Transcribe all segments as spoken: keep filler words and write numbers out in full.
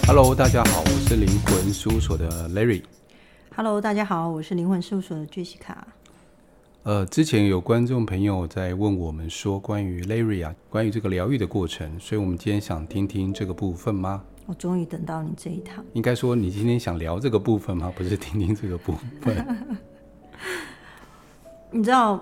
Hello， 大家好，我是灵魂事务所的 Larry。Hello， 大家好，我是灵魂事务所的 Jessica。 呃，之前有观众朋友在问我们说，关于 Larry 啊，关于这个疗愈的过程，所以我们今天想听听这个部分吗？ 我终于等到你这一趟。 应该说，你今天想聊这个部分吗？不是听听这个部分。 你知道，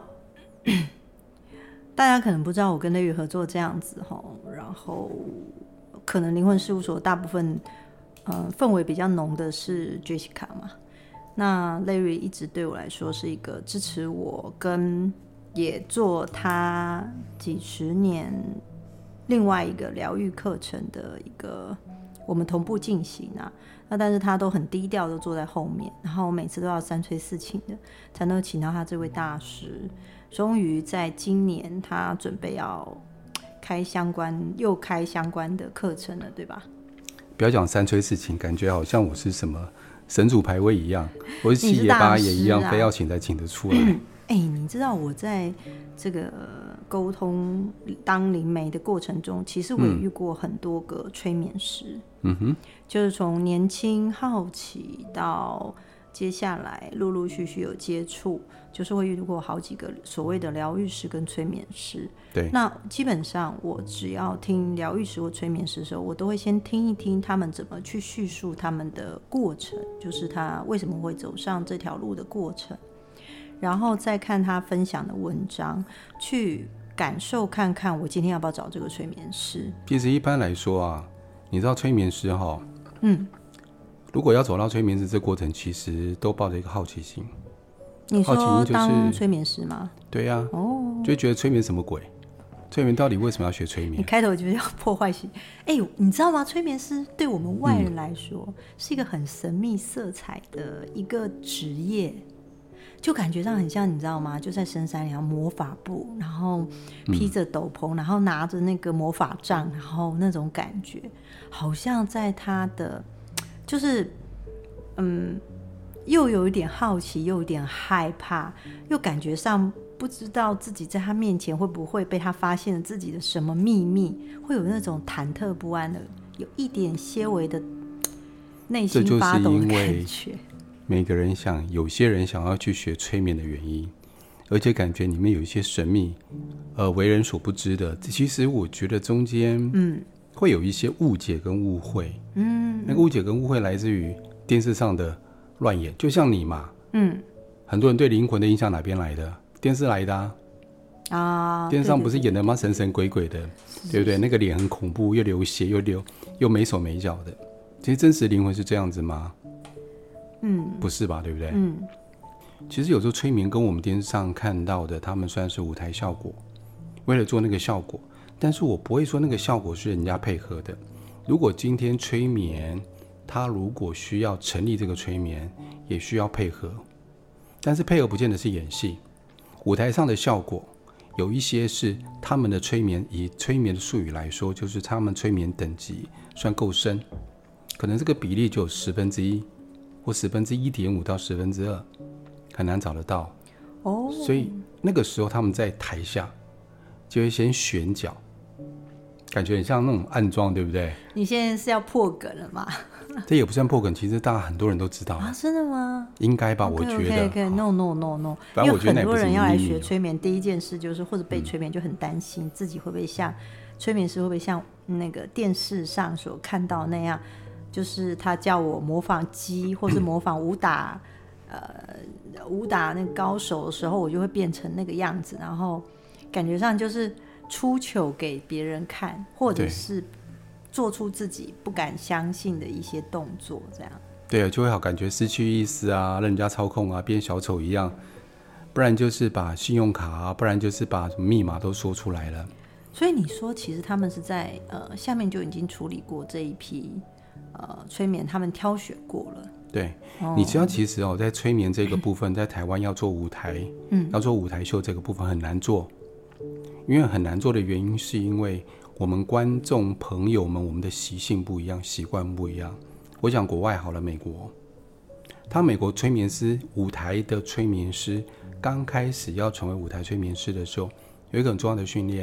大家可能不知道，我跟 Larry 合作这样子吼，然后可能灵魂事务所大部分呃氛围比较浓的是 Jessica 嘛。那 Larry 一直对我来说是一个支持我跟也做他几十年另外一个疗愈课程的一个我们同步进行啊。那但是他都很低调的坐在后面，然后我每次都要三催四请的才能请到他这位大师。终于在今年他准备要开相关又开相关的课程了，对吧？ 不要讲三催四请，感觉好像我是什么神主牌位一样，我是七爷八爷一样，非要请才请得出来。 哎、欸，你知道我在这个沟通当灵媒的过程中，其实我也遇过很多个催眠师。嗯哼，就是从年轻好奇到接下来陆陆续续有接触，就是会遇过好几个所谓的疗愈师跟催眠师。 对， 那基本上我只要听疗愈师或催眠师的时候，我都会先听一听他们怎么去叙述他们的过程，就是他为什么会走上这条路的过程，然后再看他分享的文章，去感受看看我今天要不要找这个催眠师。 其实一般来说啊，你知道催眠师哈，嗯，如果要走到催眠师这过程，其实都抱着一个好奇心。 你说当催眠师吗？ 对呀、啊，哦，就觉得催眠什么鬼？催眠到底为什么要学催眠？ 你开头就是要破坏性。哎、欸，你知道吗？催眠师对我们外人来说、嗯、是一个很神秘色彩的一个职业，就感觉上很像，你知道吗？就在深山里，魔法部，然后披着斗篷、嗯，然后拿着那个魔法杖，然后那种感觉，好像在他的，就是嗯，又有一点好奇，又有一点害怕，又感觉上不知道自己在他面前会不会被他发现了自己的什么秘密，会有那种忐忑不安的，有一点些微的内心发抖的感觉。 每个人想，有些人想要去学催眠的原因，而且感觉里面有一些神秘，呃，为人所不知的。其实我觉得中间，嗯，会有一些误解跟误会，嗯，那个误解跟误会来自于电视上的乱演，就像你嘛，嗯，很多人对灵魂的印象哪边来的？电视来的啊，啊，电视上不是演的吗？神神鬼鬼的，对不对？那个脸很恐怖，又流血，又流，又没手没脚的。其实真实灵魂是这样子吗？嗯，不是吧，对不对？嗯，其实有时候催眠跟我们电视上看到的，他们算是舞台效果，为了做那个效果，但是我不会说那个效果是人家配合的。如果今天催眠，他如果需要成立这个催眠，也需要配合，但是配合不见得是演戏。舞台上的效果，有一些是他们的催眠，以催眠的术语来说，就是他们催眠等级算够深，可能这个比例就有十分之一。或十分之一点五到十分之二，很难找得到。哦，所以那个时候他们在台下就会先选角，感觉很像那种暗装，对不对？ 你现在是要破梗了吗？ 这也不算破梗，其实大家很多人都知道啊。 真的吗？ 应该吧， okay, 我觉得。 OK OK No No No No， 因为很多人要来学催眠，第一件事就是或者被催眠就很担心、嗯、自己会不会像催眠师会不会像那个电视上所看到那样。就是他叫我模仿鸡，或是模仿武打，呃，武打那个高手的时候，我就会变成那个样子，然后感觉上就是出糗给别人看，或者是做出自己不敢相信的一些动作，这样。 对啊，就会好感觉失去意识啊，让人家操控啊，变小丑一样，不然就是把信用卡啊，不然就是把什么密码都说出来了。 所以你说，其实他们是在呃下面就已经处理过这一批。呃，催眠他们挑选过了。 对，哦、你知道其实哦，在催眠这个部分，在台湾要做舞台，嗯，要做舞台秀这个部分很难做，因为很难做的原因是因为我们观众朋友们，我们的习性不一样，习惯不一样。我讲国外好了，美国，他美国催眠师，舞台的催眠师刚开始要成为舞台催眠师的时候，有一个很重要的训练，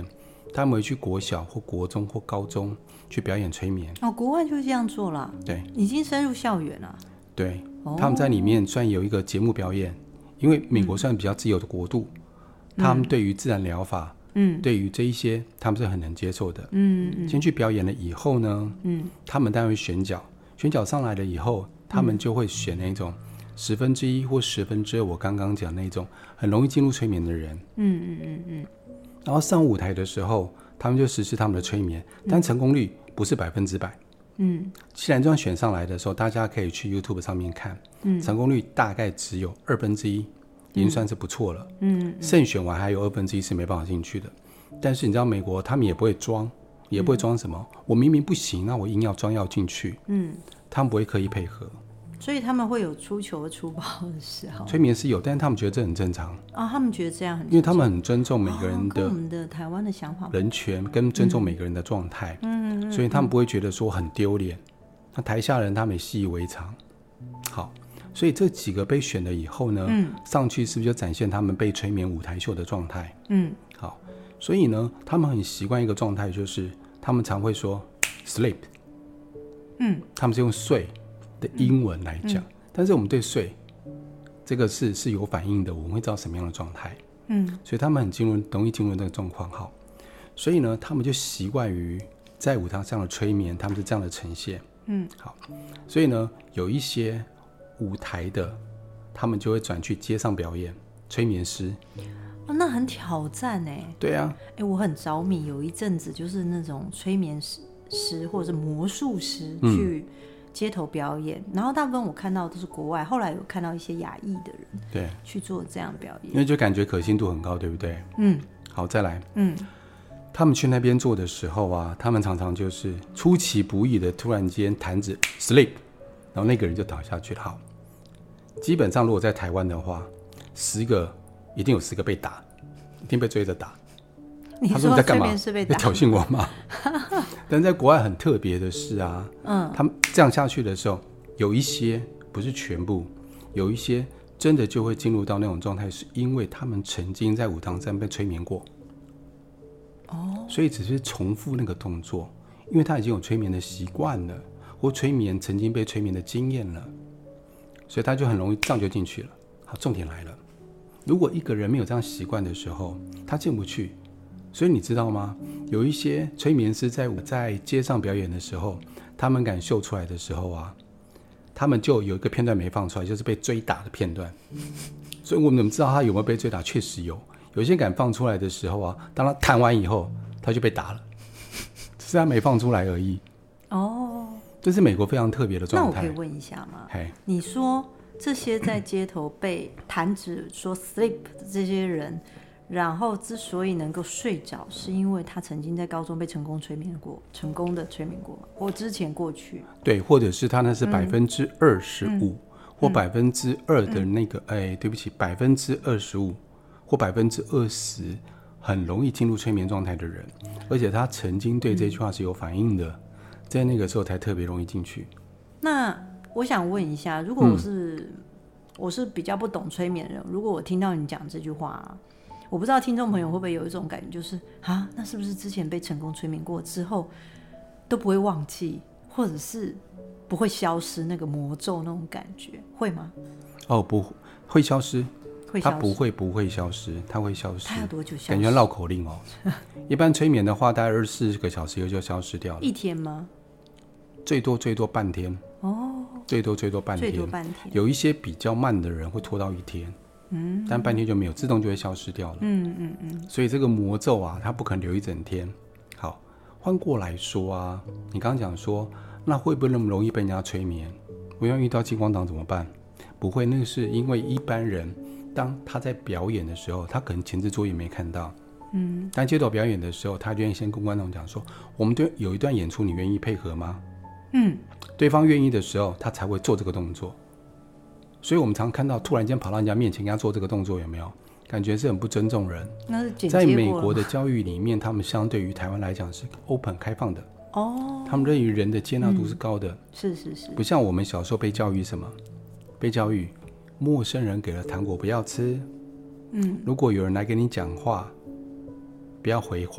他们会去国小或国中或高中去表演催眠。 哦，国外就这样做了， 对， 已经深入校园了。 对、 哦， 他们在里面算有一个节目表演，因为美国算比较自由的国度，嗯、他们对于自然疗法，嗯，对于这一些他们是很能接受的。嗯嗯。先去表演了以后呢，嗯，他们当然会选角，选角上来了以后，他们就会选那种十分之一或十分之二，我刚刚讲那种很容易进入催眠的人。嗯嗯嗯嗯。然后上舞台的时候，他们就实施他们的催眠，但成功率不是百分之百。嗯，既然这样选上来的时候，大家可以去 YouTube 上面看，嗯，成功率大概只有二分之一，已经算是不错了。嗯，胜选完还有二分之一是没办法进去的。但是你知道美国他们也不会装，也不会装什么，嗯、我明明不行，那我硬要装要进去。嗯，他们不会刻意配合。 所以他们会有出糗出包的时候， 催眠是有，但是他们觉得这很正常啊、哦，他们觉得这样很正常， 因为他们很尊重每个人的、 哦、跟我们的台湾的想法人权，跟尊重每个人的状态，嗯嗯，所以他们不会觉得说很丢脸。那台下人他们也习以为常。好，所以这几个被选了以后呢，嗯，上去是不是就展现他们被催眠舞台秀的状态？嗯，好，所以呢，他们很习惯一个状态，就是他们常会说 sleep， 嗯，他们是用睡的英文来讲、嗯，但是我们对睡这个是是有反应的，我们会知道什么样的状态，嗯，所以他们很进入容易进入那个状况。好，所以呢，他们就习惯于在舞台上的催眠，他们是这样的呈现，嗯，好，所以呢，有一些舞台的，他们就会转去街上表演催眠师。 哦，那很挑战哎。 对啊， 哎，我很着迷，有一阵子就是那种催眠师或者是魔术师去、嗯。街头表演，然后大部分我看到都是国外，后来有看到一些亚裔的人对去做这样表演， 因为就感觉可信度很高，对不对？嗯，好，再来，嗯，他们去那边做的时候啊，他们常常就是出其不意的突然间弹指 sleep， 然后那个人就倒下去了。好，基本上如果在台湾的话，十个一定有十个被打，一定被追着打。 你说他说你在干嘛？ 是被打？ 在挑衅我吗？但在国外很特别的是啊，嗯，他们这样下去的时候，有一些不是全部，有一些真的就会进入到那种状态，是因为他们曾经在舞台上被催眠过，哦，所以只是重复那个动作，因为他已经有催眠的习惯了，或催眠曾经被催眠的经验了，所以他就很容易这样就进去了。好，重点来了，如果一个人没有这样习惯的时候，他进不去。所以你知道吗？有一些催眠师在在街上表演的时候，他们敢秀出来的时候啊，他们就有一个片段没放出来，就是被追打的片段。所以我们怎么知道他有没有被追打？确实有。有些敢放出来的时候啊，当他弹完以后，他就被打了，只是他没放出来而已。哦，这是美国非常特别的状态。 那我可以问一下吗？你说这些在街头被弹指说 sleep 的这些人。然后之所以能够睡着，是因为他曾经在高中被成功催眠过，成功的催眠过，或之前过去。 对，或者是他那是百分之二十五，或百分之二的那个，嗯、哎，对不起，百分之二十五或百分之二十，很容易进入催眠状态的人，而且他曾经对这句话是有反应的，嗯、在那个时候才特别容易进去。 那我想问一下，如果我是、嗯、我是比较不懂催眠的人，如果我听到你讲这句话。我不知道听众朋友会不会有一种感觉，就是啊，那是不是之前被成功催眠过之后都不会忘记，或者是不会消失那个魔咒那种感觉，会吗？ 哦，不会消失， 会消失， 它不会不会消失，它会消失。 它要多久消失？ 感觉绕口令哦。一般催眠的话，大概二十四个小时以后就消失掉了。 一天吗？ 最多最多半天。哦，最多最多半天。 最多半天。 有一些比较慢的人会拖到一天。嗯，但半天就没有，自动就会消失掉了。嗯嗯嗯。所以这个魔咒啊，它不可能留一整天。好，换过来说啊，你刚刚讲说，那会不会那么容易被人家催眠？我要遇到金光党怎么办？不会，那个是因为一般人，当他在表演的时候，他可能前置作业没看到。嗯。但街头表演的时候，他愿意先跟观众讲说，我们对有一段演出，你愿意配合吗？嗯。对方愿意的时候，他才会做这个动作。所以我们常看到突然间跑到人家面前跟他做这个动作，有没有感觉是很不尊重人？ 那是剪接过了。 在美国的教育里面，他们相对于台湾来讲是 open 开放的哦，他们认为人的接纳度是高的、嗯、 是是是， 不像我们小时候被教育什么，被教育陌生人给了糖果不要吃，嗯，如果有人来跟你讲话不要回话，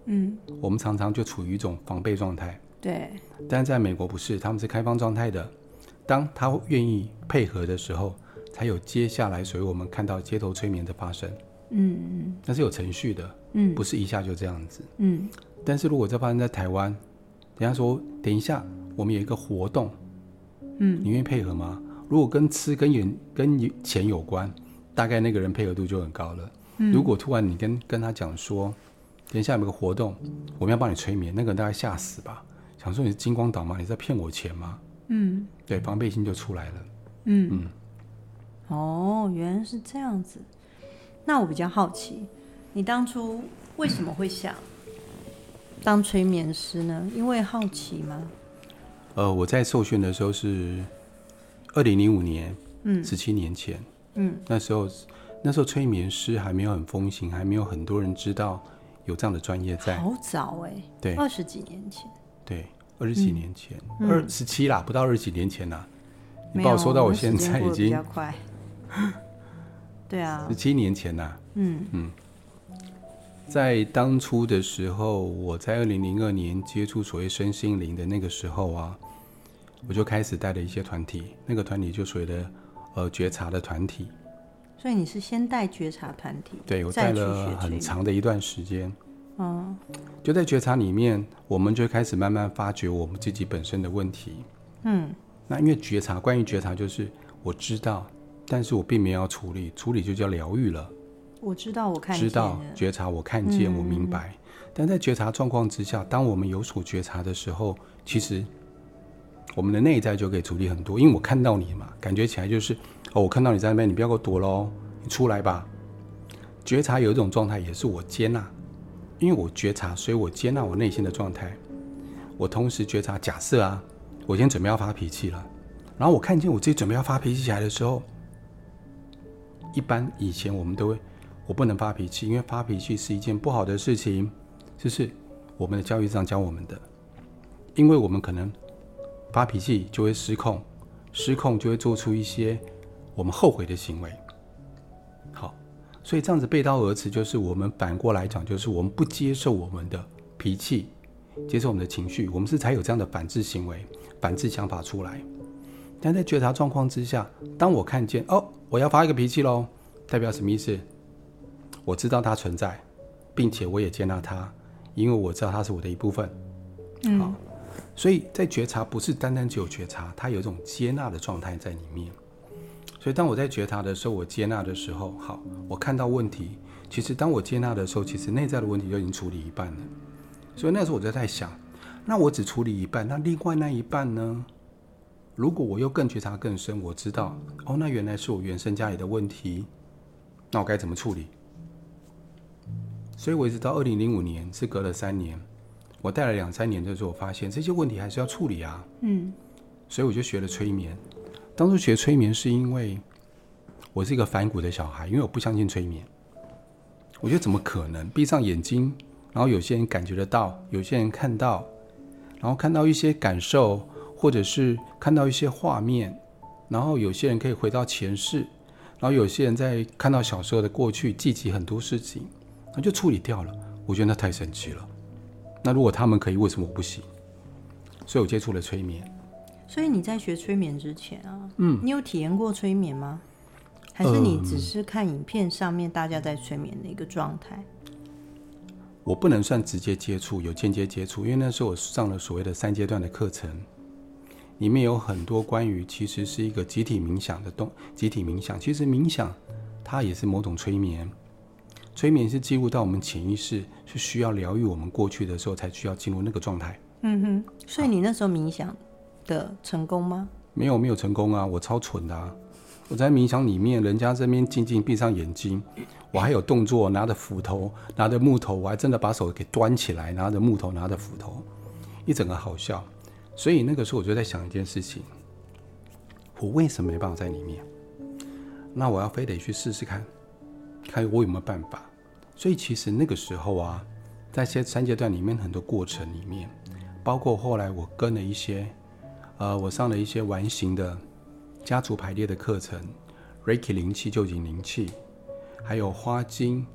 嗯， 我们常常就处于一种防备状态。 对， 但在美国不是，他们是开放状态的。当他愿意配合的时候，才有接下来所谓我们看到街头催眠的发生。 嗯嗯， 那是有程序的， 嗯， 不是一下就这样子。 嗯， 但是如果这发生在台湾，人家说等一下我们有一个活动， 嗯， 你愿意配合吗？如果跟吃跟钱跟钱有关，大概那个人配合度就很高了。嗯、如果突然你跟跟他讲说，等一下有个活动，我们要帮你催眠，那个人大概吓死吧，想说你是金光党吗？你在骗我钱吗？嗯，对，防备心就出来了。 嗯嗯，哦，原来是这样子。那我比较好奇，你当初为什么会想当催眠师呢？因为好奇吗？ 呃，我在受训的时候是二零零五年，嗯，十七年前，嗯，那时候那时候催眠师还没有很风行，还没有很多人知道有这样的专业在。 好早哎、欸，对，二十几年前。 对，二十几年前，二十七啦，不到二十几年前啦。你把我说到我现在已经比较快。对啊， 十七年前呐。嗯嗯，在当初的时候，我在二零零二年接触所谓身心灵的那个时候啊，我就开始带了一些团体，那个团体就所谓的呃觉察的团体。 所以你是先带觉察团体？ 对，我带了很长的一段时间。嗯，就在觉察里面，我们就开始慢慢发掘我们自己本身的问题。嗯，那因为觉察，关于觉察就是我知道，但是我并没有要处理，处理就叫疗愈了。 我知道，我看见了， 知道觉察，我看见，嗯、我明白。但在觉察状况之下，当我们有所觉察的时候，其实我们的内在就可以处理很多，因为我看到你嘛，感觉起来就是哦，我看到你在那边，你不要给我躲咯，你出来吧。觉察有一种状态，也是我接纳，因为我觉察，所以我接纳我内心的状态。我同时觉察，假设啊，我今天准备要发脾气了，然后我看见我自己准备要发脾气起来的时候，一般以前我们都会，我不能发脾气，因为发脾气是一件不好的事情，这是我们的教育上教我们的，因为我们可能发脾气就会失控，失控就会做出一些我们后悔的行为。好，所以这样子背道而驰，就是我们反过来讲，就是我们不接受我们的脾气，接受我们的情绪，我们是才有这样的反制行为、反制想法出来。但在觉察状况之下，当我看见哦，我要发一个脾气咯，代表什么意思？我知道它存在，并且我也接纳它，因为我知道它是我的一部分。嗯，好，所以在觉察不是单单只有觉察，它有一种接纳的状态在里面。所以当我在觉察的时候，我接纳的时候，好，我看到问题，其实当我接纳的时候，其实内在的问题就已经处理一半了。所以那时候我就在想，那我只处理一半，那另外那一半呢？如果我又更觉察更深，我知道哦，那原来是我原生家里的问题，那我该怎么处理？所以我一直到二零零五年，是隔了三年，我带了两三年的时候，我发现这些问题还是要处理啊。嗯，所以我就学了催眠。当初学催眠是因为我是一个反骨的小孩，因为我不相信催眠。我觉得怎么可能？闭上眼睛，然后有些人感觉得到，有些人看到，然后看到一些感受。或者是看到一些画面，然后有些人可以回到前世，然后有些人在看到小时候的过去，记起很多事情，那就处理掉了。我觉得那太神奇了。那如果他们可以，为什么我不行？所以我接触了催眠。 所以你在学催眠之前啊，嗯，你有体验过催眠吗？还是你只是看影片上面大家在催眠的一个状态？ 我不能算直接接触，有间接接触，因为那时候我上了所谓的三阶段的课程。里面有很多关于其实是一个集体冥想的动，集体冥想其实冥想它也是某种催眠，催眠是进入到我们潜意识，是需要疗愈我们过去的时候才需要进入那个状态。 嗯哼，所以你那时候冥想的成功吗？ 没有，没有成功啊，我超蠢的啊！我在冥想里面，人家这边静静闭上眼睛，我还有动作，拿着斧头，拿着木头，我还真的把手给端起来，拿着木头，拿着斧头，一整个好笑。所以那个时候我就在想一件事情，我为什么没办法在里面？那我要非得去试试看，看我有没有办法。所以其实那个时候啊，在三阶段里面很多过程里面，包括后来我跟了一些，呃，我上了一些完形的家族排列的课程 ，Reiki 灵气、臼井灵气，还有花精，还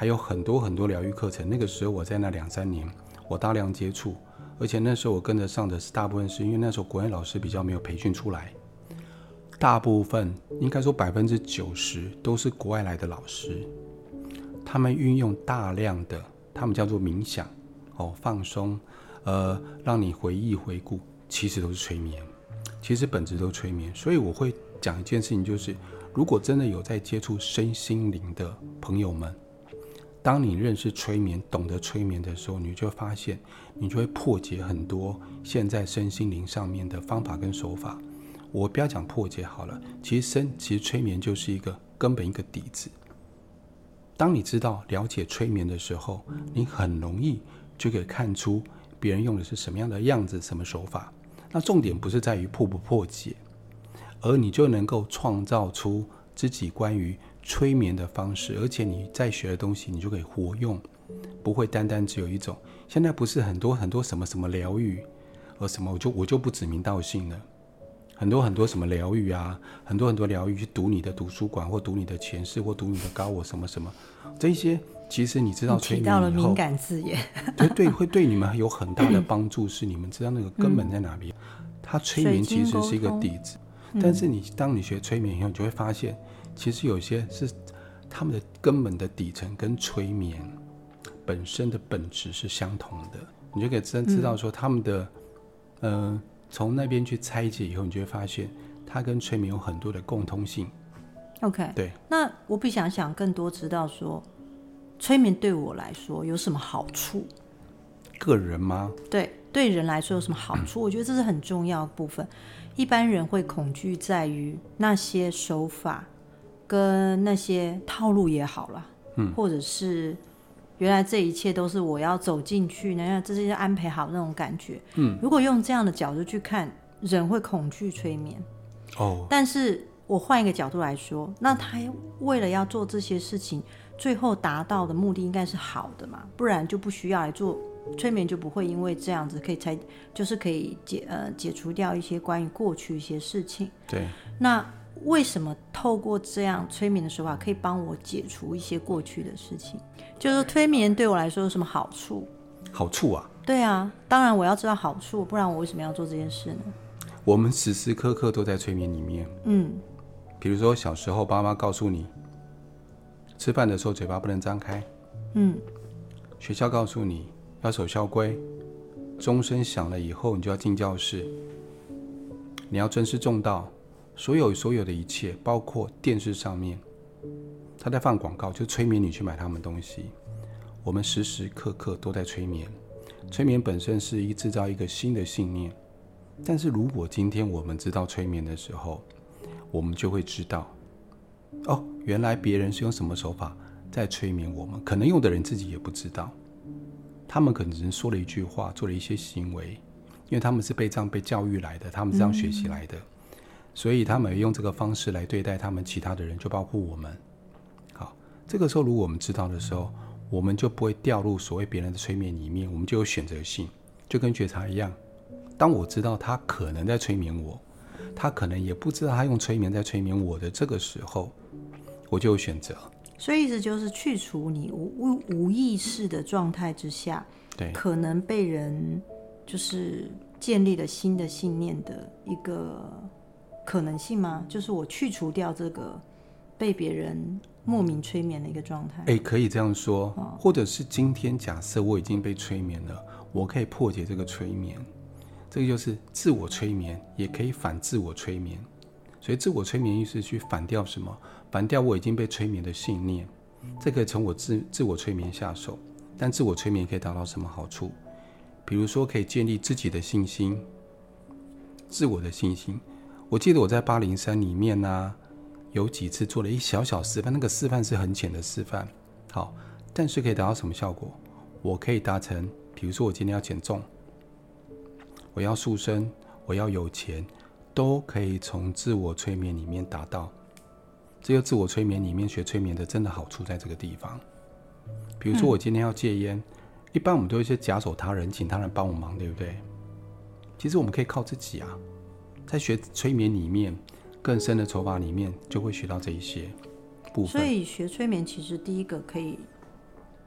还有很多很多疗愈课程。那个时候我在那两三年，我大量接触，而且那时候我跟着上的是大部分是因为那时候国外老师比较没有培训出来，大部分应该说百分之九十都是国外来的老师，他们运用大量的，他们叫做冥想，哦，放松，呃，让你回忆回顾，其实都是催眠，其实本质都是催眠。所以我会讲一件事情，就是如果真的有在接触身心灵的朋友们，当你认识催眠，懂得催眠的时候，你就会发现，你就会破解很多现在身心灵上面的方法跟手法。我不要讲破解好了，其实身其实催眠就是一个根本一个底子。当你知道了解催眠的时候，你很容易就可以看出别人用的是什么样的样子，什么手法。那重点不是在于破不破解，而你就能够创造出自己关于催眠的方式，而且你在学的东西你就可以活用，不会单单只有一种。现在不是很多很多什么什么疗愈，而什么我就我就不指名道姓了，很多很多什么疗愈啊，很多很多疗愈去读你的图书馆，或读你的前世，或读你的高我什么什么，这些其实你知道催眠以后， 你提到了敏感字眼， 对对，会对你们有很大的帮助，是你们知道那个根本在哪里。它催眠其实是一个底子，但是你当你学催眠以后，你就会发现，其实有些是他们的根本的底层跟催眠本身的本质是相同的，你就可以真知道说他们的，嗯、呃，从那边去拆解以后，你就会发现它跟催眠有很多的共通性。 OK， 对。 那我比想想更多知道说，催眠对我来说有什么好处？ 个人吗？ 对，对人来说有什么好处？我觉得这是很重要的部分。一般人会恐惧在于那些手法跟那些套路也好啦，嗯，或者是原来这一切都是我要走进去，那这些安排好那种感觉。嗯，如果用这样的角度去看，人会恐惧催眠。哦，但是我换一个角度来说，那他为了要做这些事情，最后达到的目的应该是好的嘛，不然就不需要来做。催眠就不会因为这样子可以才就是可以解呃解除掉一些关于过去一些事情。 对。 那为什么透过这样催眠的手法可以帮我解除一些过去的事情？就是催眠对我来说有什么好处？ 好处啊？ 对啊，当然我要知道好处，不然我为什么要做这件事呢？ 我们时时刻刻都在催眠里面。嗯。比如说小时候爸妈告诉你，吃饭的时候嘴巴不能张开。嗯。学校告诉你要守校规，钟声响了以后你就要进教室，你要尊师重道，所有所有的一切，包括电视上面他在放广告，就催眠你去买他们东西。我们时时刻刻都在催眠。催眠本身是一制造一个新的信念，但是如果今天我们知道催眠的时候，我们就会知道，哦，原来别人是用什么手法在催眠我们，可能用的人自己也不知道，他们可能只是说了一句话，做了一些行为，因为他们是被这样被教育来的，他们是这样学习来的、嗯、所以他们用这个方式来对待他们其他的人，就包括我们。好，这个时候如果我们知道的时候，我们就不会掉入所谓别人的催眠里面，我们就有选择性，就跟觉察一样。当我知道他可能在催眠我，他可能也不知道他用催眠在催眠我的这个时候，我就有选择。 所以意思就是去除你 无, 无意识的状态之下， 对， 可能被人就是建立了新的信念的一个可能性吗？就是我去除掉这个被别人莫名催眠的一个状态。 哎，可以这样说、哦、或者是今天假设我已经被催眠了，我可以破解这个催眠，这个就是自我催眠，也可以反自我催眠。所以自我催眠意思是去反掉什么？反掉我已经被催眠的信念。这可以从我 自, 自我催眠下手，但自我催眠可以达到什么好处？比如说可以建立自己的信心，自我的信心。我记得我在八零三里面啊，有几次做了一小小示范，那个示范是很浅的示范，好，但是可以达到什么效果？我可以达成，比如说我今天要减重，我要塑身，我要有钱，都可以从自我催眠里面达到。只有自我催眠里面学催眠的真的好处在这个地方。比如说我今天要戒烟、嗯、一般我们都会假手他人，请他人帮我忙，对不对？其实我们可以靠自己啊，在学催眠里面更深的手法里面就会学到这一些部分。 所以学催眠其实第一个可以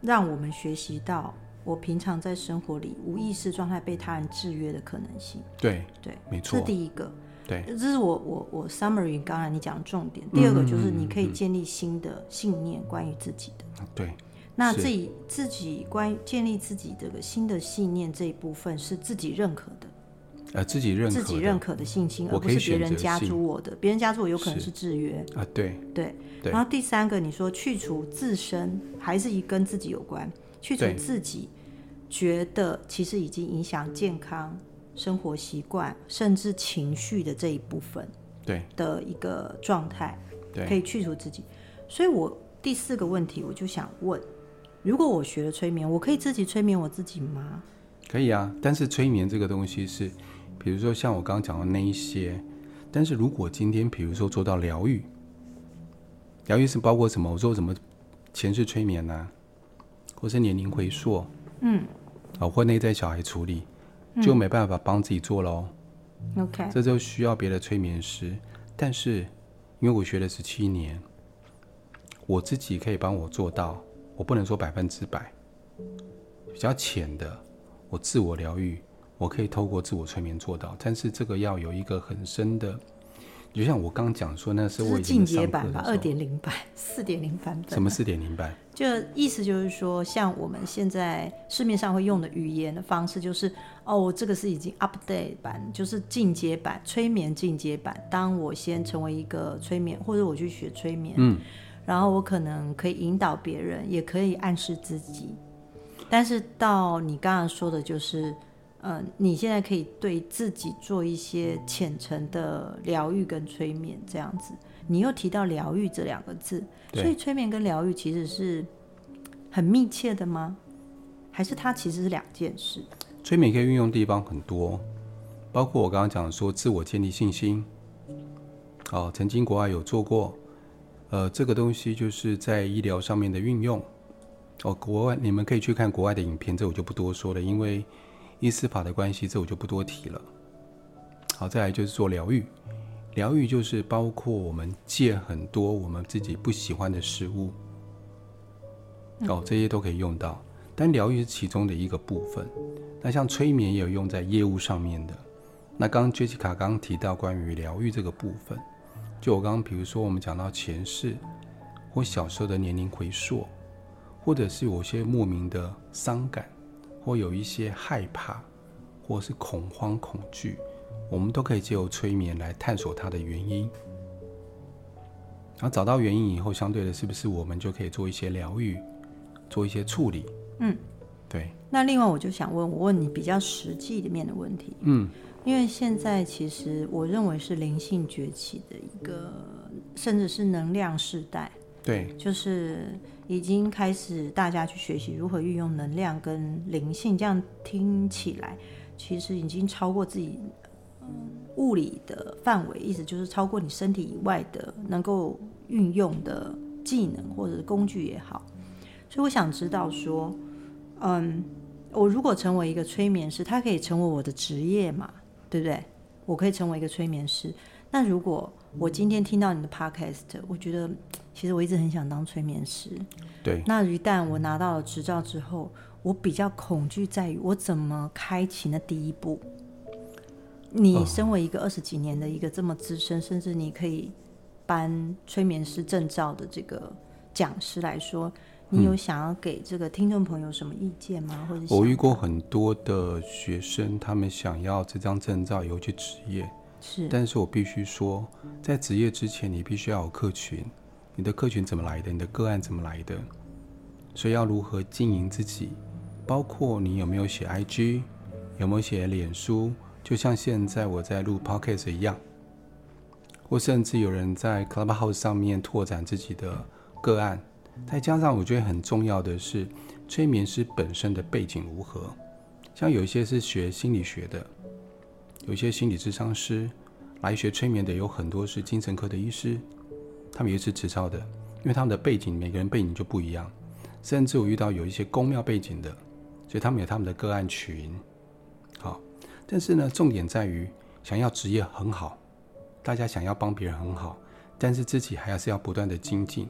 让我们学习到我平常在生活里无意识状态被他人制约的可能性。 对对， 没错， 这是第一个。 对， 这是我我我 summary 刚才你讲的重点。第二个就是你可以建立新的信念关于自己的。 嗯、对， 那自己自己关于建立自己这个新的信念这一部分是自己认可的。 呃，自己认可的自己认可的信心，而不是别人加诸我的。别人加诸我有可能是制约啊，对对对。 然后第三个，你说去除自身，还是跟自己有关，去除自己觉得其实已经影响健康、生活习惯，甚至情绪的这一部分， 对的一个状态， 对， 可以去除自己。所以我第四个问题，我就想问：如果我学了催眠，我可以自己催眠我自己吗？ 可以啊，但是催眠这个东西是。比如说像我刚刚讲的那一些，但是如果今天比如说做到疗愈，疗愈是包括什么？我说什么前世催眠啊，或是年龄回溯，嗯，啊，或内在小孩处理，就没办法帮自己做咯。 OK， 这就需要别的催眠师。但是因为我学了十七年，我自己可以帮我做到，我不能说百分之百，比较浅的，我自我疗愈。我可以透过自我催眠做到，但是这个要有一个很深的，就像我刚刚讲说，那是我已经上课的时候，这是进阶版吧， 二点零版、四点零版本。 什么四点零版？ 就意思就是说，像我们现在市面上会用的语言的方式，就是哦，这个是已经 update 版，就是进阶版，催眠进阶版。当我先成为一个催眠，或者我去学催眠，嗯，然后我可能可以引导别人，也可以暗示自己。但是到你刚刚说的，就是。呃，你现在可以对自己做一些浅层的疗愈跟催眠这样子。你又提到疗愈这两个字，所以催眠跟疗愈其实是很密切的吗？还是它其实是两件事？ 催眠可以运用的地方很多，包括我刚刚讲说自我建立信心。哦，曾经国外有做过，呃，这个东西就是在医疗上面的运用。哦，国外你们可以去看国外的影片，这我就不多说了，因为医师法的关系，这我就不多提了。好，再来就是做疗愈。疗愈就是包括我们戒很多我们自己不喜欢的事物，哦，这些都可以用到。但疗愈是其中的一个部分。那像催眠也有用在业务上面的。那刚刚 Jessica 刚刚提到关于疗愈这个部分，就我刚刚比如说我们讲到前世或小时候的年龄回溯，或者是有些莫名的伤感，或有一些害怕，或是恐慌、恐惧，我们都可以借由催眠来探索它的原因。然后找到原因以后，相对的是不是我们就可以做一些疗愈，做一些处理？嗯，对。 那另外我就想问，我问你比较实际里面的问题。嗯，因为现在其实我认为是灵性崛起的一个，甚至是能量世代。 对， 就是已经开始大家去学习如何运用能量跟灵性，这样听起来其实已经超过自己、嗯、物理的范围，意思就是超过你身体以外的能够运用的技能或者工具也好。所以我想知道说，嗯，我如果成为一个催眠师，它可以成为我的职业嘛，对不对？我可以成为一个催眠师。那如果我今天听到你的 podcast， 我觉得其实我一直很想当催眠师。 对。 那一旦我拿到了执照之后，我比较恐惧在于我怎么开启那第一步。你身为一个二十几年的一个这么资深，甚至你可以颁催眠师证照的这个讲师来说，你有想要给这个听众朋友什么意见吗？或者我遇过很多的学生，他们想要这张证照以后去职业， 是， 但是我必须说，在职业之前，你必须要有客群。你的客群怎么来的？你的个案怎么来的？所以要如何经营自己，包括你有没有写 I G， 有没有写脸书，就像现在我在录 Podcast 一样，或甚至有人在 Clubhouse 上面拓展自己的个案。再加上我觉得很重要的是，催眠师本身的背景如何。像有一些是学心理学的，有一些心理咨商师来学催眠的，有很多是精神科的医师，他们也是持照的，因为他们的背景，每个人背景就不一样。甚至我遇到有一些公庙背景的，所以他们有他们的个案群。好，但是呢，重点在于想要职业很好，大家想要帮别人很好，但是自己还是要不断的精进，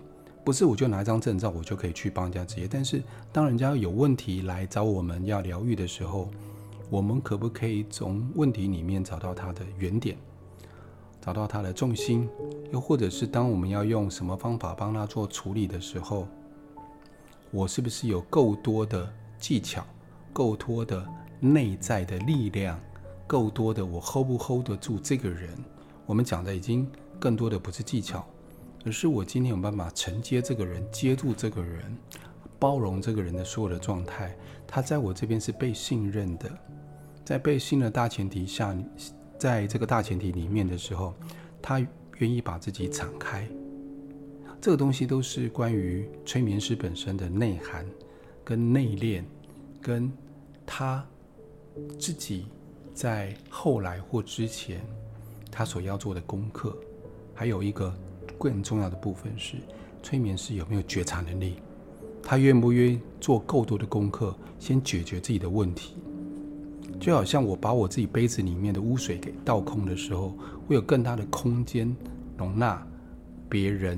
不是我就拿一张证照我就可以去帮人家执业，但是当人家有问题来找我们要疗愈的时候，我们可不可以从问题里面找到它的原点，找到它的重心，又或者是当我们要用什么方法帮他做处理的时候，我是不是有够多的技巧，够多的内在的力量，够多的我 hold 不 hold 得住这个人。我们讲的已经更多的不是技巧，而是我今天有办法承接这个人，接住这个人，包容这个人的所有的状态，他在我这边是被信任的。在被信任的大前提下，在这个大前提里面的时候，他愿意把自己敞开。这个东西都是关于催眠师本身的内涵跟内敛，跟他自己在后来或之前他所要做的功课。还有一个更重要的部分是，催眠师有没有觉察能力，他愿不愿意做够多的功课，先解决自己的问题。就好像我把我自己杯子里面的污水给倒空的时候，会有更大的空间容纳别人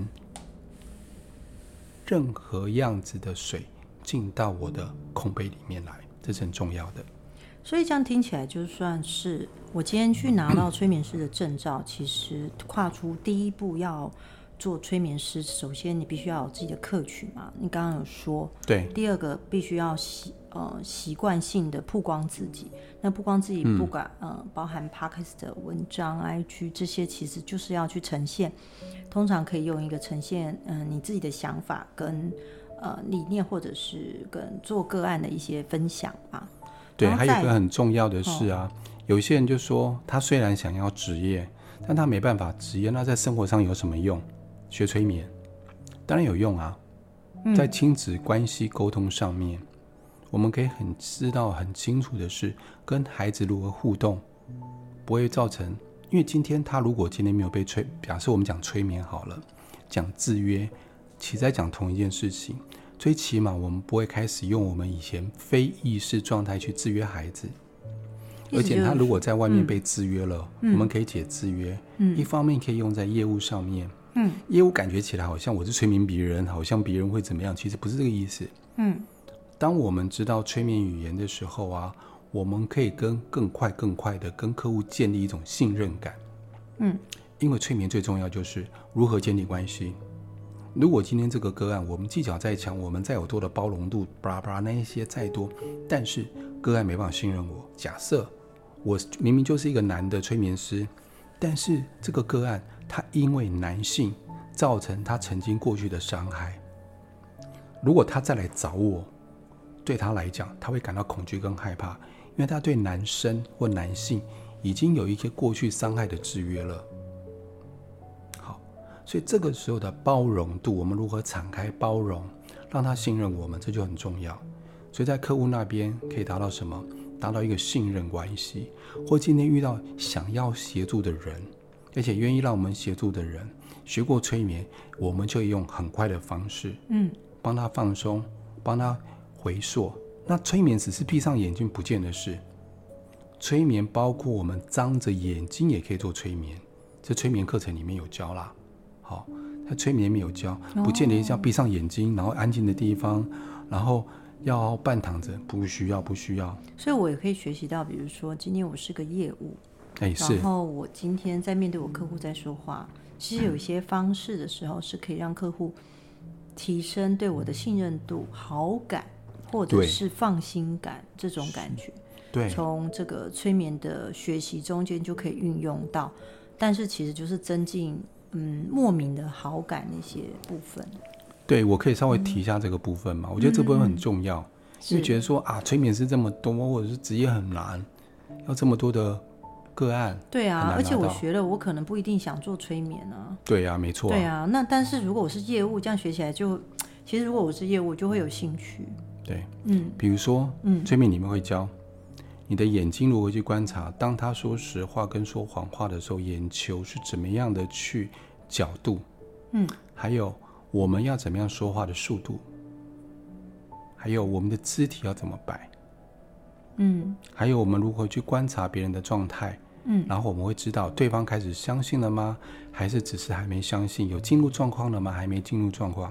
任何样子的水进到我的空杯里面来，这是很重要的。 所以这样听起来，就算是我今天去拿到催眠师的证照，其实跨出第一步要做催眠师，首先你必须要有自己的客群嘛，你刚刚有说。 对。 第二个必须要习呃习惯性的曝光自己，那曝光自己不管、嗯、呃包含 Podcast 的文章、I G 这些，其实就是要去呈现，通常可以用一个呈现嗯、呃、你自己的想法跟呃理念，或者是跟做个案的一些分享嘛。 对，还有一个很重要的是啊、哦，有些人就说他虽然想要职业，但他没办法职业，那在生活上有什么用？学催眠当然有用啊，在亲子关系沟通上面、嗯、我们可以很知道很清楚的是跟孩子如何互动，不会造成，因为今天他如果今天没有被催，假设我们讲催眠好了，讲制约，其实在讲同一件事情，最起码我们不会开始用我们以前非意识状态去制约孩子，而且他如果在外面被制约了、嗯、我们可以解制约、嗯、一方面可以用在业务上面，嗯，业务感觉起来好像我是催眠别人，好像别人会怎么样，其实不是这个意思。嗯，当我们知道催眠语言的时候啊，我们可以跟更快更快的跟客户建立一种信任感。嗯，因为催眠最重要就是如何建立关系。如果今天这个个案我们技巧再强，我们再有多的包容度巴拉巴拉那一些再多，但是个案没办法信任我，假设我明明就是一个男的催眠师，但是这个个案他因为男性造成他曾经过去的伤害，如果他再来找我，对他来讲他会感到恐惧跟害怕，因为他对男生或男性已经有一些过去伤害的制约了。好，所以这个时候的包容度，我们如何敞开包容，让他信任我们，这就很重要。所以在客户那边可以达到什么？达到一个信任关系，或今天遇到想要协助的人，而且愿意让我们协助的人，学过催眠，我们就用很快的方式，嗯，帮他放松，帮他回溯。那催眠只是闭上眼睛不见的事，催眠包括我们张着眼睛也可以做催眠，这催眠课程里面有教啦。好，在催眠里面有教，不见得一定要闭上眼睛，然后安静的地方，然后要半躺着，不需要不需要。所以我也可以学习到，比如说今天我是个业务， 哎，是， 然后我今天在面对我客户在说话，其实有一些方式的时候是可以让客户提升对我的信任度、好感，或者是放心感，这种感觉。对，从这个催眠的学习中间就可以运用到，但是其实就是增进嗯莫名的好感那些部分。 对，我可以稍微提一下这个部分嘛、嗯、我觉得这部分很重要、嗯、因为觉得说啊，催眠师这么多，或者是职业很难，要这么多的个案。 对啊，而且我学了，我可能不一定想做催眠啊。 对啊，没错、啊。 对啊，那但是如果我是业务，这样学起来就，其实如果我是业务，就会有兴趣。 对，嗯，比如说，嗯，催眠里面会教你的眼睛如何去观察，当他说实话跟说谎话的时候，眼球是怎么样的去角度，嗯，还有我们要怎么样说话的速度，还有我们的肢体要怎么摆，嗯，还有我们如何去观察别人的状态，嗯，然后我们会知道对方开始相信了吗？还是只是还没相信？有进入状况了吗？还没进入状况？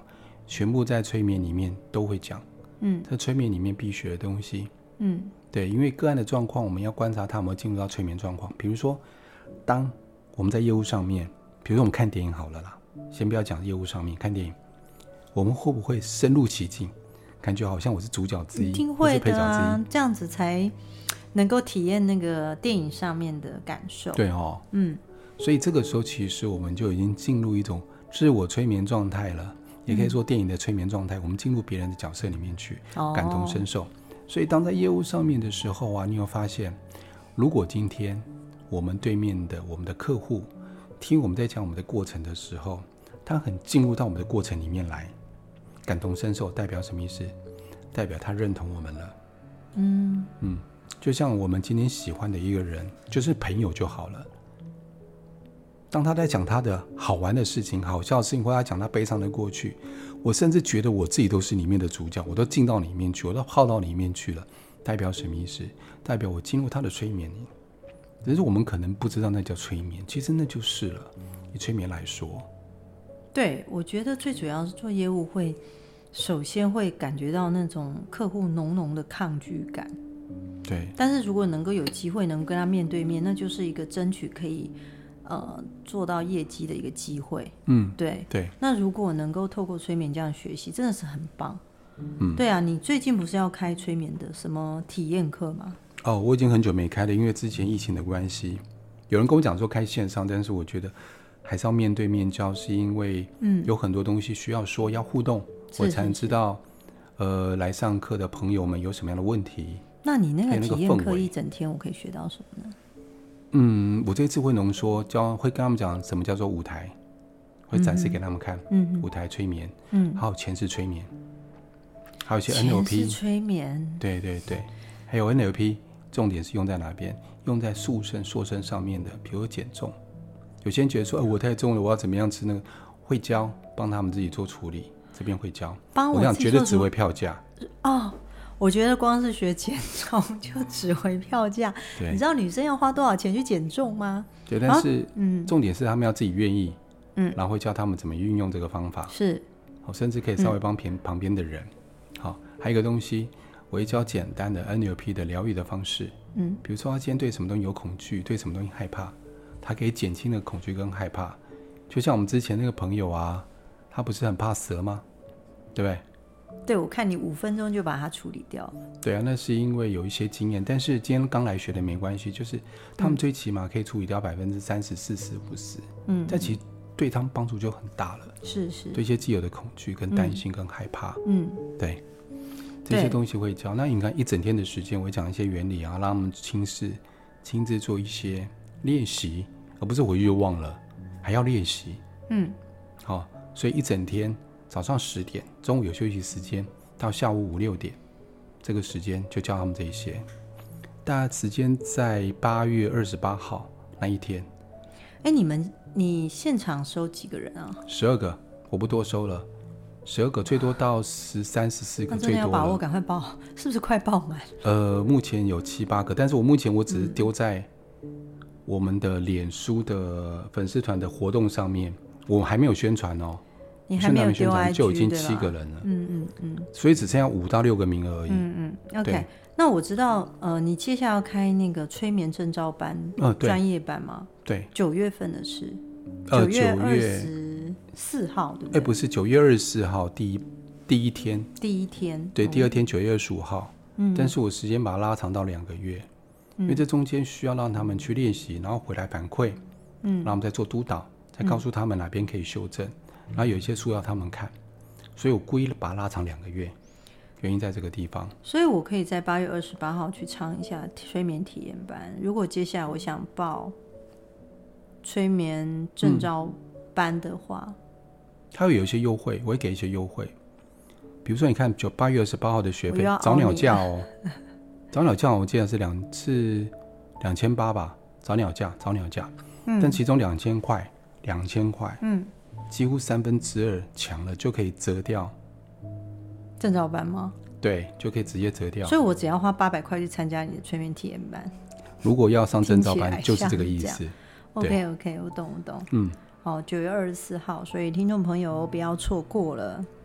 全部在催眠里面都会讲， 嗯， 在催眠里面必学的东西， 嗯， 对，因为个案的状况，我们要观察他有没有进入到催眠状况。比如说，当我们在业务上面，比如说我们看电影好了啦，先不要讲业务上面，看电影，我们会不会深入其境，感觉好像我是主角之一， 一定会的啊， 或是配角之一， 这样子才能够体验那个电影上面的感受。 对哦， 嗯， 所以这个时候其实我们就已经进入一种自我催眠状态了，也可以说电影的催眠状态，我们进入别人的角色里面去， 哦、 感同身受。所以当在业务上面的时候啊，你有发现，如果今天我们对面的我们的客户听我们在讲我们的过程的时候，他很进入到我们的过程里面来，感同身受代表什么意思？代表他认同我们了。 嗯嗯，就像我们今天喜欢的一个人，就是朋友就好了。当他在讲他的好玩的事情、好笑的事情，或者他讲他悲伤的过去，我甚至觉得我自己都是里面的主角，我都进到里面去，我都泡到里面去了。代表什么意思？代表我进入他的催眠里。只是我们可能不知道那叫催眠，其实那就是了。以催眠来说， 对，我觉得最主要是做业务会，首先会感觉到那种客户浓浓的抗拒感。 对。 但是如果能够有机会能跟他面对面，那就是一个争取可以呃做到业绩的一个机会。 嗯， 对对。 那如果能够透过催眠这样学习，真的是很棒。 嗯， 对啊，你最近不是要开催眠的什么体验课吗？ 哦，我已经很久没开了，因为之前疫情的关系，有人跟我讲说开线上，但是我觉得还是要面对面教，是因为有很多东西需要说，要互动，我才能知道呃来上课的朋友们有什么样的问题。 那你那个体验课一整天我可以学到什么呢？ 嗯，我这次会浓缩教，会跟他们讲什么叫做舞台，会展示给他们看。嗯，舞台催眠，嗯，还有前世催眠，还有一些 N L P 前世催眠， 对对对，还有 N L P， 重点是用在哪边？用在塑身、塑身上面的，比如减重。有些人觉得说，呃、我太重了，我要怎么样吃那个？会教，帮他们自己做处理，这边会教。 帮我我想绝对只会票价哦。我觉得光是学减重就只回票价，你知道女生要花多少钱去减重吗？ 对，但是、嗯、重点是他们要自己愿意，嗯，然后会教他们怎么运用这个方法， 是， 甚至可以稍微帮旁边的人。好、嗯，还有一个东西，我会教简单的 N L P 的疗愈的方式，嗯，比如说他今天对什么东西有恐惧，对什么东西害怕，他可以减轻的恐惧跟害怕。就像我们之前那个朋友啊，他不是很怕蛇吗？对不对？ 对，我看你五分钟就把它处理掉。 对啊，那是因为有一些经验，但是今天刚来学的没关系，就是他们最起码可以处理掉百分之三十、四十、五十，嗯，但其实对他们帮助就很大了。 是是， 对一些既有的恐惧、跟担心、跟害怕， 嗯， 对，这些东西会教。那你看一整天的时间，我会讲一些原理啊，让他们亲自亲自做一些练习，而不是回去就忘了，还要练习。嗯，好、哦，所以一整天。早上十点，中午有休息时间，到下午五六点，这个时间就教他们这一些。大概时间在八月二十八号那一天。 哎，你们你现场收几个人啊？ 十二个，我不多收了，十二个最多到十三、十四个最多了。那真的要把握，赶快报，是不是快报满？ 呃，目前有七八个，但是我目前我只是丢在我们的脸书的粉丝团的活动上面，我还没有宣传哦。 你还没有丢 I G 就已经七个人了， 嗯嗯嗯， 所以只剩下五到六个名额而已。 嗯嗯 ，OK。那我知道，呃，你接下来要开那个催眠证照班，呃，专业班吗？ 对， 九月份的事， 呃， 九月二十四号，对不对？ 哎，不是九月二十四号第一第一天， 第一天， 对，第二天九月二十五号，嗯，但是我时间把它拉长到两个月，嗯，因为这中间需要让他们去练习，然后回来反馈，嗯，然后我们再做督导，再告诉他们哪边可以修正。然后有一些书要他们看，所以我故意把它拉长两个月，原因在这个地方。 所以我可以在八月二十八号去上一下催眠体验班。如果接下来我想报催眠证照班的话，嗯、 它会有一些优惠，我会给一些优惠。比如说，你看九八月二十八号的学费早鸟价哦，早鸟价我记得是两次两千八吧，早鸟价早鸟价，嗯，但其中两千块两千块，嗯。几乎三分之二抢了就可以折掉证照班吗？ 对，就可以直接折掉。 所以我只要花八百块去参加你的催眠体验班。 如果要上证照班，就是这个意思。 OK OK， 我懂我懂。嗯，好，九月二十四号，所以听众朋友不要错过了。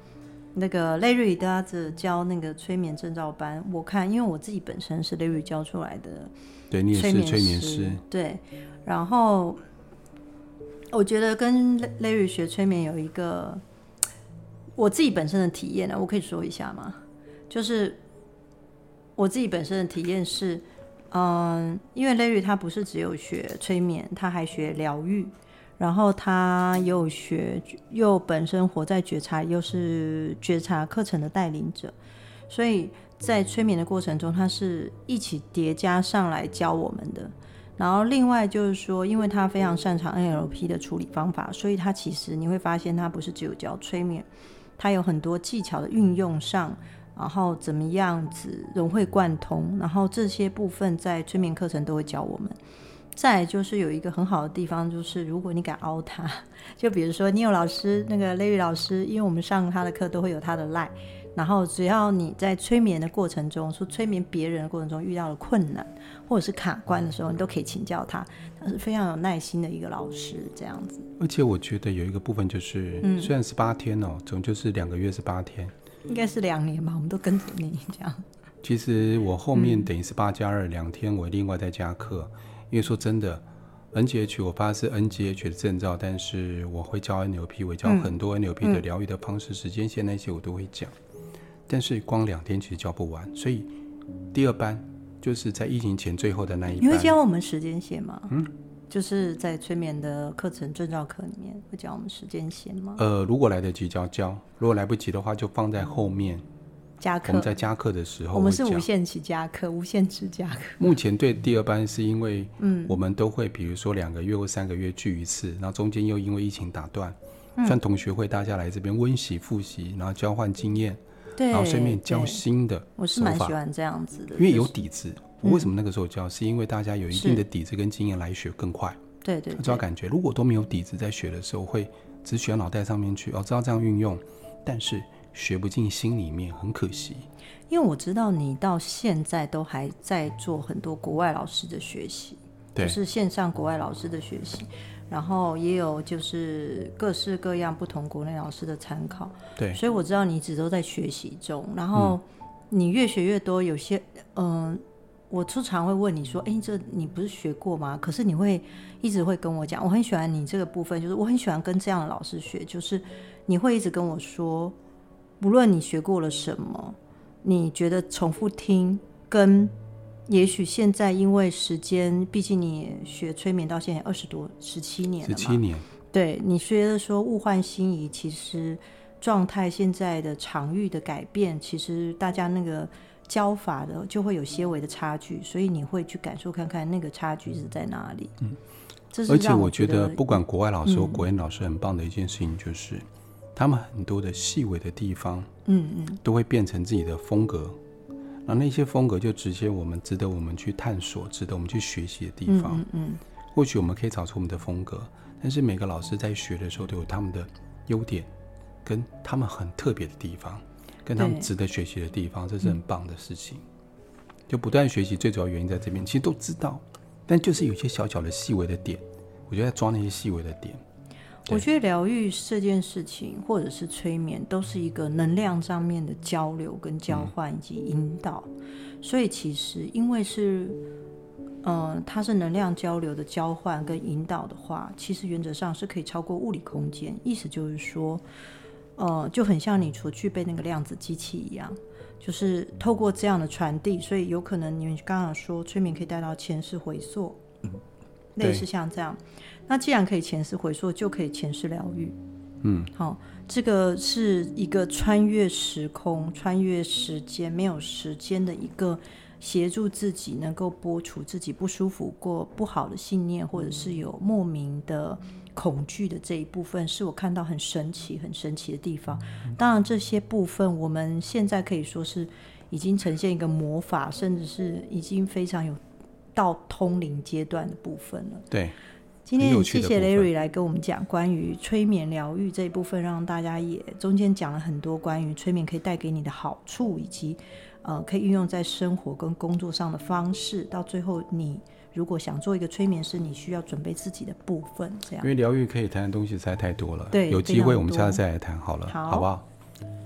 那个 Larry 他的教那个催眠证照班，我看因为我自己本身是 Larry 教出来的， 对，你也是催眠师， 对，然后我觉得跟 Larry 学催眠有一个我自己本身的体验呢，我可以说一下吗？就是我自己本身的体验是，嗯，因为 Larry 他不是只有学催眠，他还学疗愈。然后他又学，又本身活在觉察，又是觉察课程的带领者，所以在催眠的过程中，他是一起叠加上来教我们的。然后另外就是说，因为他非常擅长 N L P 的处理方法，所以他其实你会发现，他不是只有教催眠，他有很多技巧的运用上，然后怎么样子融会贯通，然后这些部分在催眠课程都会教我们。再来就是有一个很好的地方，就是如果你敢凹他，就比如说你有老师那个 Larry 老师，因为我们上他的课都会有他的 line， 然后只要你在催眠的过程中，说催眠别人的过程中遇到了困难或者是卡关的时候，你都可以请教他，他是非常有耐心的一个老师这样子。 而且我觉得有一个部分就是、嗯、虽然是八天哦，总就是两个月是八天，应该是两年吧，我们都跟着你这样。 其实我后面等于是八加二，两天我另外再加课。因为说真的 N G H 我发的是 N G H 的证照，但是我会教 N L P， 我教很多 N L P 的疗愈的方式、嗯、时间线那些我都会讲，但是光两天其实教不完，所以第二班就是在疫情前最后的那一班。 你会教我们时间线吗？嗯，就是在催眠的课程证照课里面会教我们时间线吗？ 呃，如果来得及就教，如果来不及的话就放在后面加课。 我们在加课的时候， 我们是无限期加课，无限制加课。 目前对第二班是因为我们都会比如说两个月或三个月聚一次，然后中间又因为疫情打断、嗯、算同学会大家来这边温习复习，然后交换经验， 对， 然后顺便教新的手法。 我是蛮喜欢这样子的， 因为有底子、就是、我为什么那个时候教、嗯、是因为大家有一定的底子跟经验来学更快。 对对对， 知道感觉如果都没有底子，在学的时候会只学到脑袋上面去，哦，知道这样运用，但是学不进心里面，很可惜。 因为我知道你到现在都还在做很多国外老师的学习，就是线上国外老师的学习，然后也有就是各式各样不同国内老师的参考。 对， 所以我知道你一直都在学习中，然后你越学越多。有些嗯、呃，我通常会问你说，哎，这你不是学过吗？可是你会一直会跟我讲，我很喜欢你这个部分，就是我很喜欢跟这样的老师学，就是你会一直跟我说，无论你学过了什么，你觉得重复听跟也许现在因为时间，毕竟你学催眠到现在二十多十七年了嘛， 十七年， 对，你觉得说物换星移，其实状态现在的场域的改变，其实大家那个教法的就会有些微的差距，所以你会去感受看看那个差距是在哪里。嗯，这是而且我觉得不管国外老师或国内老师很棒的一件事情就是、嗯、他们很多的细微的地方嗯嗯，都会变成自己的风格，那那些风格就直接我们值得我们去探索，值得我们去学习的地方。嗯 嗯, 嗯或许我们可以找出我们的风格，但是每个老师在学的时候都有他们的优点跟他们很特别的地方，跟他们值得学习的地方，这是很棒的事情、嗯、就不断学习最主要原因在这边，其实都知道，但就是有些小小的细微的点，我觉得在抓那些细微的点。 我觉得疗愈这件事情或者是催眠都是一个能量上面的交流跟交换以及引导、嗯、所以其实因为是呃，它是能量交流的交换跟引导的话，其实原则上是可以超过物理空间，意思就是说呃，就很像你所具备那个量子机器一样，就是透过这样的传递，所以有可能你们刚刚说催眠可以带到前世回溯、嗯、类似像这样，那既然可以前世回溯，就可以前世疗愈。嗯，好，这个是一个穿越时空、穿越时间、没有时间的一个协助自己能够拨除自己不舒服过不好的信念，或者是有莫名的恐惧的这一部分，是我看到很神奇、很神奇的地方。当然，这些部分我们现在可以说是已经呈现一个魔法，甚至是已经非常有到通灵阶段的部分了。 对。 今天谢谢 Larry 来跟我们讲关于催眠疗愈这一部分，让大家也中间讲了很多关于催眠可以带给你的好处，以及呃可以运用在生活跟工作上的方式，到最后你如果想做一个催眠师，你需要准备自己的部分，这样。 因为疗愈可以谈的东西实在太多了， 对， 有机会我们下次再来谈好了， 好， 好不好？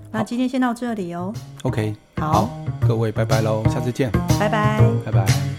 那今天先到这里哦。 OK， 好， 各位拜拜喽，下次见， 拜拜， 拜拜。